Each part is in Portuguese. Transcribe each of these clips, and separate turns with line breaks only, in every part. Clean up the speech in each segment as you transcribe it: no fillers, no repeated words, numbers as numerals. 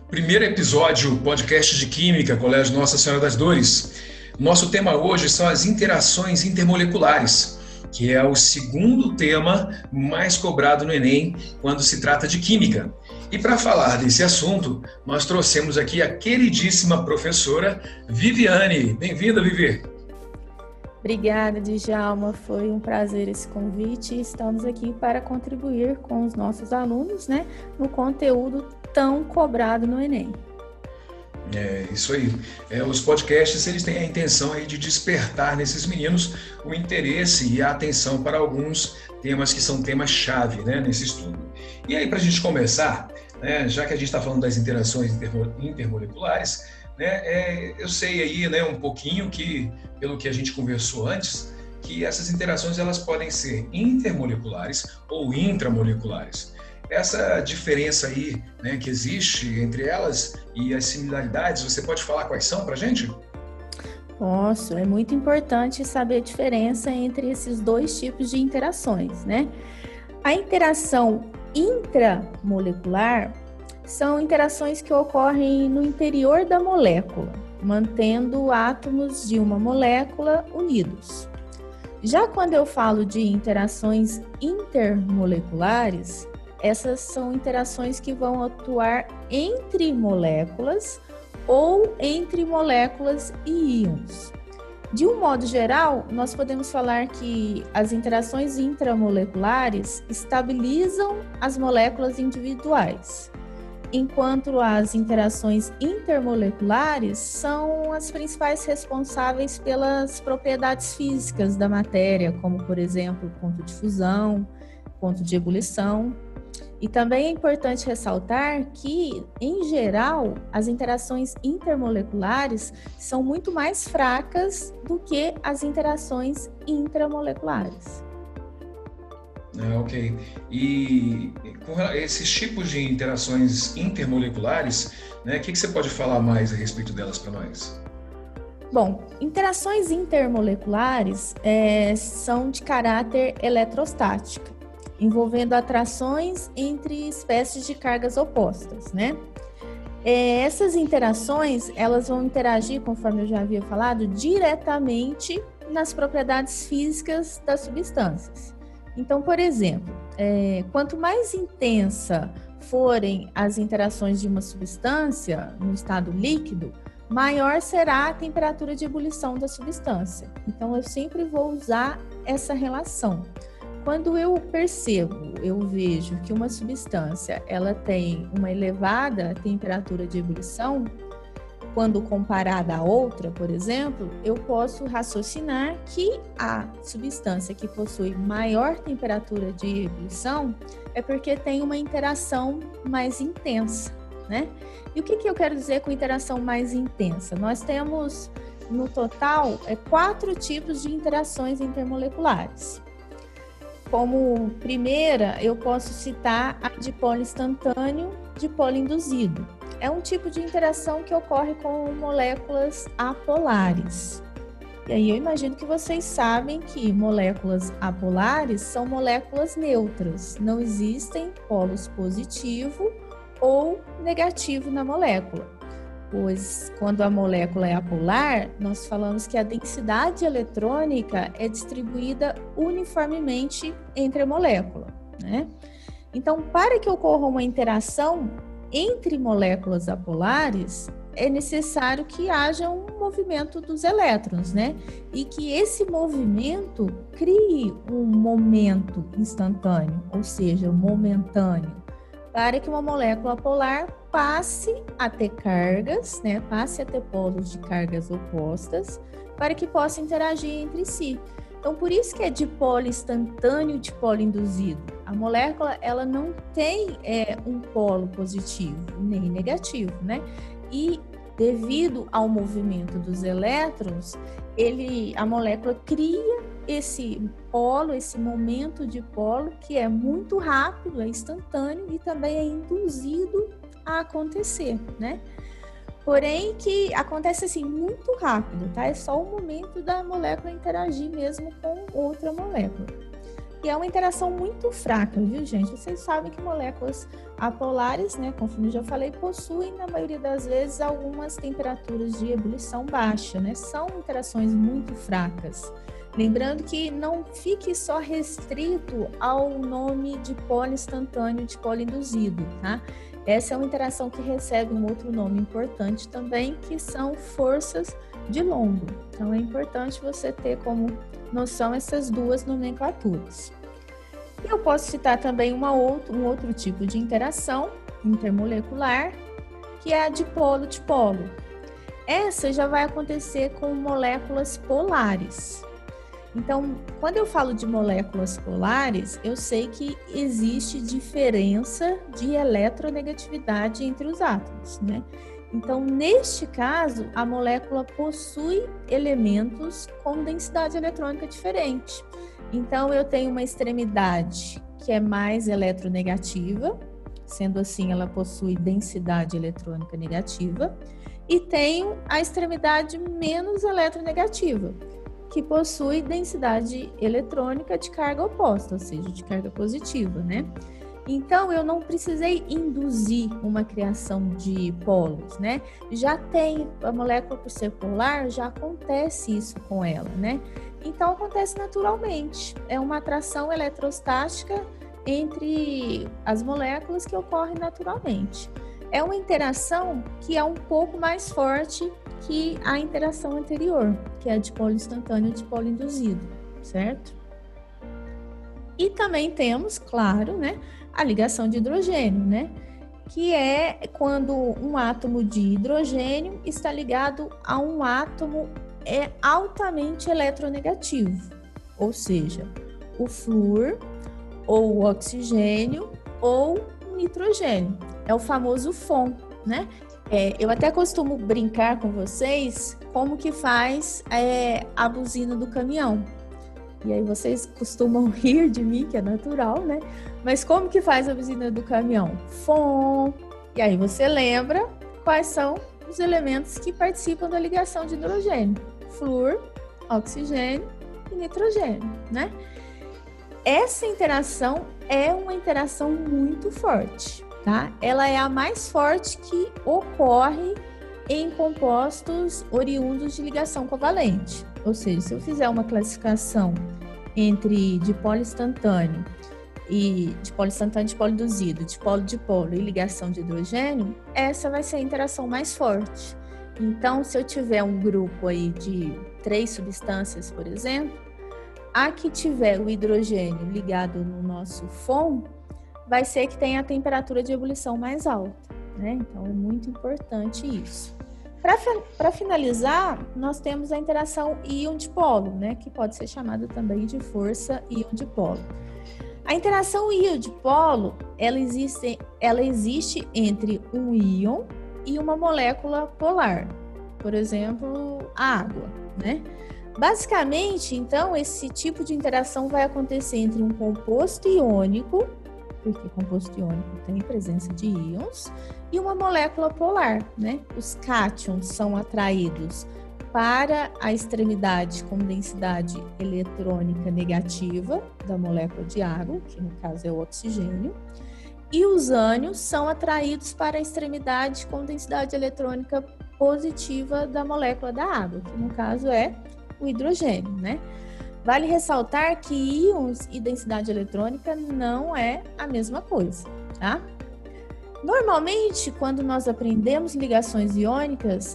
Primeiro episódio, podcast de Química, Colégio Nossa Senhora das Dores. Nosso tema hoje são as interações intermoleculares, que é o segundo tema mais cobrado no Enem quando se trata de Química. E para falar desse assunto, nós trouxemos aqui a queridíssima professora Viviane. Bem-vinda, Vivi!
Obrigada, Djalma. Foi um prazer esse convite e estamos aqui para contribuir com os nossos alunos, no conteúdo tão cobrado no Enem.
É isso aí. Os podcasts, eles têm a intenção aí de despertar nesses meninos o interesse e a atenção para alguns temas que são temas-chave, nesse estudo. E aí, para a gente começar, já que a gente está falando das interações intermoleculares, eu sei aí, um pouquinho que, pelo que a gente conversou antes, que essas interações elas podem ser intermoleculares ou intramoleculares. Essa diferença aí, que existe entre elas e as similaridades, você pode falar quais são para a gente?
Posso, é muito importante saber a diferença entre esses dois tipos de interações, A interação intramolecular são interações que ocorrem no interior da molécula, mantendo átomos de uma molécula unidos. Já quando eu falo de interações intermoleculares, essas são interações que vão atuar entre moléculas ou entre moléculas e íons. De um modo geral, nós podemos falar que as interações intramoleculares estabilizam as moléculas individuais, enquanto as interações intermoleculares são as principais responsáveis pelas propriedades físicas da matéria, como, por exemplo, ponto de fusão, ponto de ebulição. E também é importante ressaltar que, em geral, as interações intermoleculares são muito mais fracas do que as interações intramoleculares.
Ok. E com esses tipos de interações intermoleculares, o que você pode falar mais a respeito delas para nós?
Bom, interações intermoleculares são de caráter eletrostático, envolvendo atrações entre espécies de cargas opostas, Essas interações, elas vão interagir, conforme eu já havia falado, diretamente nas propriedades físicas das substâncias. Então, por exemplo, quanto mais intensa forem as interações de uma substância no estado líquido, maior será a temperatura de ebulição da substância. Então, eu sempre vou usar essa relação. Quando eu vejo que uma substância ela tem uma elevada temperatura de ebulição, quando comparada a outra, por exemplo, eu posso raciocinar que a substância que possui maior temperatura de ebulição é porque tem uma interação mais intensa, E o que eu quero dizer com interação mais intensa? Nós temos, no total, 4 tipos de interações intermoleculares. Como primeira, eu posso citar a dipolo instantâneo, dipolo induzido. É um tipo de interação que ocorre com moléculas apolares. E aí eu imagino que vocês sabem que moléculas apolares são moléculas neutras. Não existem polos positivo ou negativo na molécula. Pois quando a molécula é apolar, nós falamos que a densidade eletrônica é distribuída uniformemente entre a molécula, Então, para que ocorra uma interação entre moléculas apolares, é necessário que haja um movimento dos elétrons, E que esse movimento crie um momento instantâneo, ou seja, momentâneo, para que uma molécula polar passe a ter cargas, passe a ter polos de cargas opostas, para que possa interagir entre si. Então, por isso que é dipolo instantâneo e dipolo induzido. A molécula, ela não tem um polo positivo nem negativo, E devido ao movimento dos elétrons, a molécula cria esse polo, esse momento de polo que é muito rápido, é instantâneo e também é induzido a acontecer, Porém, que acontece assim muito rápido, É só o momento da molécula interagir mesmo com outra molécula. E é uma interação muito fraca, viu, gente? Vocês sabem que moléculas apolares, né, conforme eu já falei, possuem, na maioria das vezes, algumas temperaturas de ebulição baixa, né? São interações muito fracas. Lembrando que não fique só restrito ao nome de polo instantâneo de polo induzido, tá? Essa é uma interação que recebe um outro nome importante também, que são forças de Longo. Então, é importante você ter como noção essas duas nomenclaturas. E eu posso citar também um outro tipo de interação intermolecular, que é a dipolo-dipolo. Essa já vai acontecer com moléculas polares. Então, quando eu falo de moléculas polares, eu sei que existe diferença de eletronegatividade entre os átomos, né? Então, neste caso, a molécula possui elementos com densidade eletrônica diferente. Então, eu tenho uma extremidade que é mais eletronegativa, sendo assim, ela possui densidade eletrônica negativa, e tenho a extremidade menos eletronegativa, que possui densidade eletrônica de carga oposta, ou seja, de carga positiva, né? Então, eu não precisei induzir uma criação de polos, né? Já tem, a molécula por ser polar, já acontece isso com ela, né? Então, acontece naturalmente. É uma atração eletrostática entre as moléculas que ocorre naturalmente. É uma interação que é um pouco mais forte que a interação anterior, que é a de polo instantâneo e de polo induzido, certo? E também temos, claro, né, a ligação de hidrogênio, né? Que é quando um átomo de hidrogênio está ligado a um átomo altamente eletronegativo, ou seja, o flúor, ou o oxigênio, ou o nitrogênio. É o famoso FON, né? Eu até costumo brincar com vocês como que faz a buzina do caminhão. E aí vocês costumam rir de mim, que é natural, né? Mas como que faz a buzina do caminhão? FON! E aí você lembra quais são os elementos que participam da ligação de hidrogênio. Flúor, oxigênio e nitrogênio, né? Essa interação é uma interação muito forte, tá? Ela é a mais forte que ocorre em compostos oriundos de ligação covalente. Ou seja, se eu fizer uma classificação entre dipolo instantâneo e dipolo instantâneo, dipolo induzido, dipolo-dipolo e ligação de hidrogênio, essa vai ser a interação mais forte. Então, se eu tiver um grupo aí de 3 substâncias, por exemplo, a que tiver o hidrogênio ligado no nosso FON, vai ser que tem a temperatura de ebulição mais alta, né? Então, é muito importante isso. Para finalizar, nós temos a interação íon-dipolo, né? Que pode ser chamada também de força íon-dipolo. A interação íon-dipolo, ela existe entre um íon e uma molécula polar, por exemplo, a água, né? Basicamente, então, esse tipo de interação vai acontecer entre um composto iônico, porque composto iônico tem presença de íons, e uma molécula polar, né? Os cátions são atraídos para a extremidade com densidade eletrônica negativa da molécula de água, que no caso é o oxigênio, e os ânions são atraídos para a extremidade com densidade eletrônica positiva da molécula da água, que no caso é o hidrogênio, né? Vale ressaltar que íons e densidade eletrônica não é a mesma coisa, tá? Normalmente, quando nós aprendemos ligações iônicas,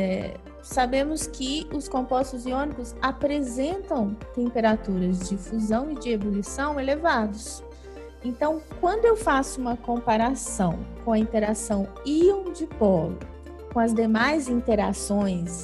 sabemos que os compostos iônicos apresentam temperaturas de fusão e de ebulição elevados. Então, quando eu faço uma comparação com a interação íon-dipolo com as demais interações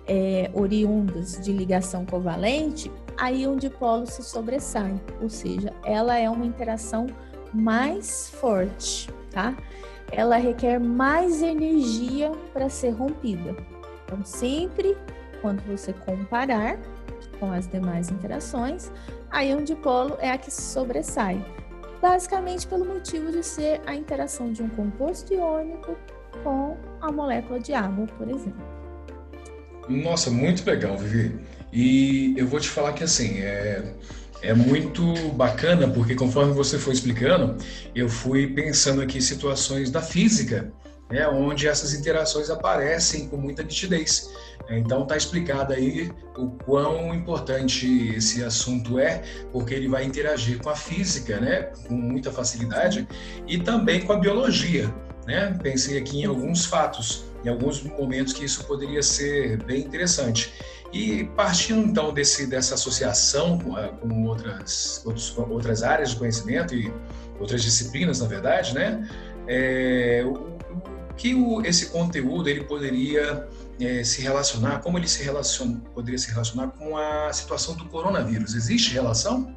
oriundas de ligação covalente, a íon-dipolo se sobressai, ou seja, ela é uma interação mais forte, tá? Ela requer mais energia para ser rompida. Então, sempre quando você comparar com as demais interações, a íon-dipolo é a que se sobressai, basicamente pelo motivo de ser a interação de um composto iônico com a molécula de água, por exemplo.
Nossa, muito legal, Vivi. E eu vou te falar que assim, É muito bacana, porque conforme você foi explicando, eu fui pensando aqui em situações da física, né, onde essas interações aparecem com muita nitidez. Então está explicado aí o quão importante esse assunto é, porque ele vai interagir com a física, né, com muita facilidade, e também com a biologia, né? Pensei aqui em alguns fatos, em alguns momentos que isso poderia ser bem interessante. E partindo então dessa associação com outras áreas de conhecimento e outras disciplinas, na verdade, né? O que esse conteúdo ele poderia se relacionar, como ele poderia se relacionar com a situação do coronavírus? Existe relação?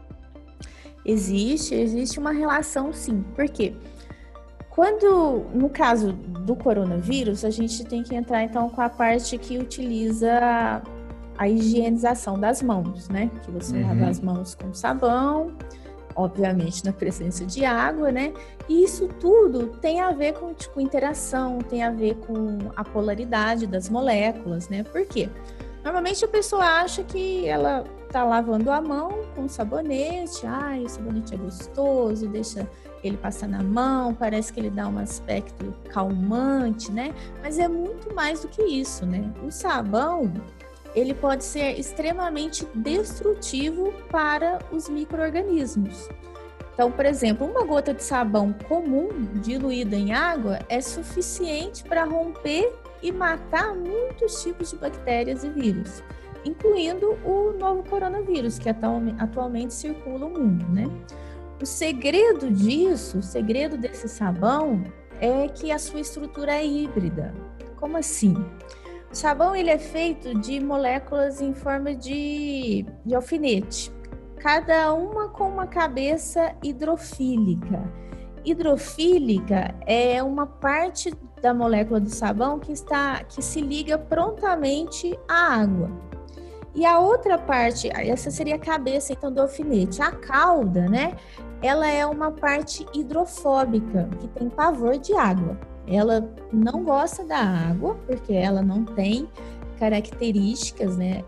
Existe uma relação, sim. Por quê? Quando, no caso do coronavírus, a gente tem que entrar então com a parte que utiliza a higienização das mãos, né? Que você lava as mãos com sabão, obviamente na presença de água, né? E isso tudo tem a ver com interação, tem a ver com a polaridade das moléculas, né? Por quê? Normalmente a pessoa acha que ela tá lavando a mão com sabonete, o sabonete é gostoso, deixa ele passar na mão, parece que ele dá um aspecto calmante, né? Mas é muito mais do que isso, né? O sabão, ele pode ser extremamente destrutivo para os micro-organismos. Então, por exemplo, uma gota de sabão comum diluída em água é suficiente para romper e matar muitos tipos de bactérias e vírus, incluindo o novo coronavírus, que atualmente circula o mundo, né? O segredo desse sabão é que a sua estrutura é híbrida. Como assim? O sabão ele é feito de moléculas em forma de alfinete, cada uma com uma cabeça hidrofílica. Hidrofílica é uma parte da molécula do sabão que se liga prontamente à água. E a outra parte, essa seria a cabeça então do alfinete. A cauda, né? Ela é uma parte hidrofóbica, que tem pavor de água. Ela não gosta da água, porque ela não tem características, né,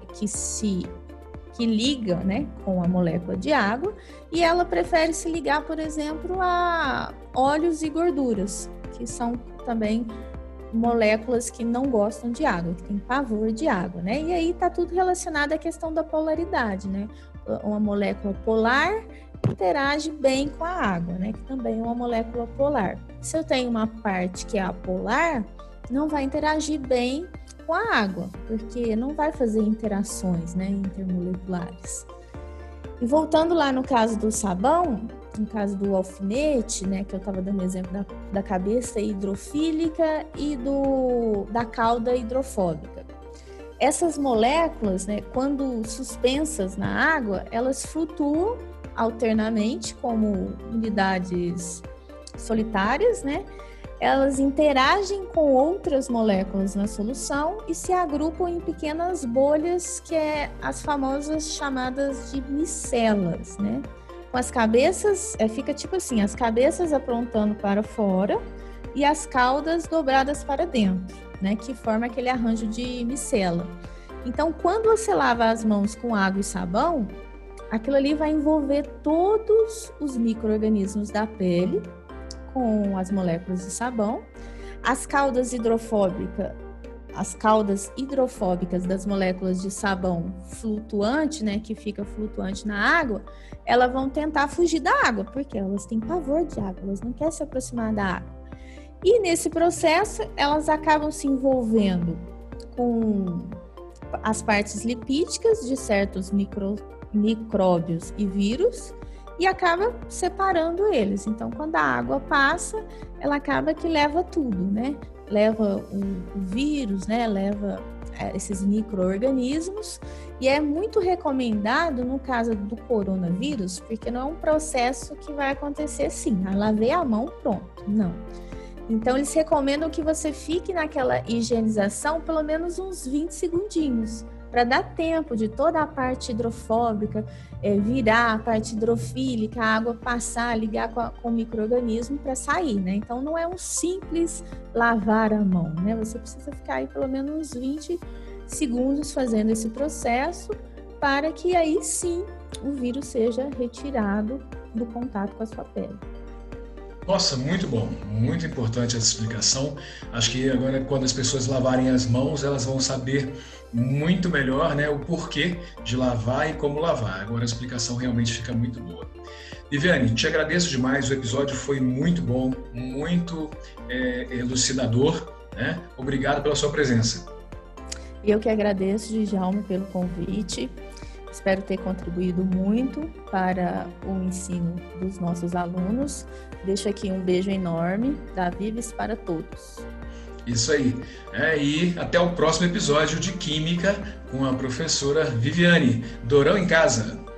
que ligam, né, com a molécula de água, e ela prefere se ligar, por exemplo, a óleos e gorduras, que são também moléculas que não gostam de água, que têm pavor de água, né? E aí tá tudo relacionado à questão da polaridade, né? Uma molécula polar interage bem com a água, né? Que também é uma molécula polar. Se eu tenho uma parte que é apolar, não vai interagir bem com a água, porque não vai fazer interações, né, intermoleculares. E voltando lá no caso do sabão, no caso do alfinete, né, que eu estava dando exemplo da cabeça hidrofílica e da cauda hidrofóbica. Essas moléculas, né, quando suspensas na água, elas flutuam alternamente como unidades solitárias, né? Elas interagem com outras moléculas na solução e se agrupam em pequenas bolhas, que é as famosas chamadas de micelas, né? Com as cabeças, fica tipo assim, as cabeças apontando para fora e as caudas dobradas para dentro, né? Que forma aquele arranjo de micela. Então, quando você lava as mãos com água e sabão, aquilo ali vai envolver todos os micro-organismos da pele com as moléculas de sabão. As caudas hidrofóbicas das moléculas de sabão flutuante, né, que fica flutuante na água, elas vão tentar fugir da água, porque elas têm pavor de água, elas não querem se aproximar da água. E nesse processo, elas acabam se envolvendo com as partes lipídicas de certos micróbios e vírus e acaba separando eles. Então, quando a água passa, ela acaba que leva tudo, né? Leva o vírus, né? Leva esses micro-organismos, e é muito recomendado no caso do coronavírus, porque não é um processo que vai acontecer assim, lavei a mão, pronto, não. Então, eles recomendam que você fique naquela higienização pelo menos uns 20 segundinhos, para dar tempo de toda a parte hidrofóbica virar a parte hidrofílica, a água passar, ligar com o micro-organismo para sair, né? Então, não é um simples lavar a mão, né? Você precisa ficar aí pelo menos uns 20 segundos fazendo esse processo, para que aí sim o vírus seja retirado do contato com a sua pele.
Nossa, muito bom, muito importante essa explicação. Acho que agora, quando as pessoas lavarem as mãos, elas vão saber muito melhor, né, o porquê de lavar e como lavar. Agora a explicação realmente fica muito boa. Viviane, te agradeço demais, o episódio foi muito bom, muito elucidador, né? Obrigado pela sua presença.
Eu que agradeço, Djalma, pelo convite. Espero ter contribuído muito para o ensino dos nossos alunos. Deixo aqui um beijo enorme da Vives para todos.
Isso aí. E até o próximo episódio de Química com a professora Viviane. Dorão em Casa.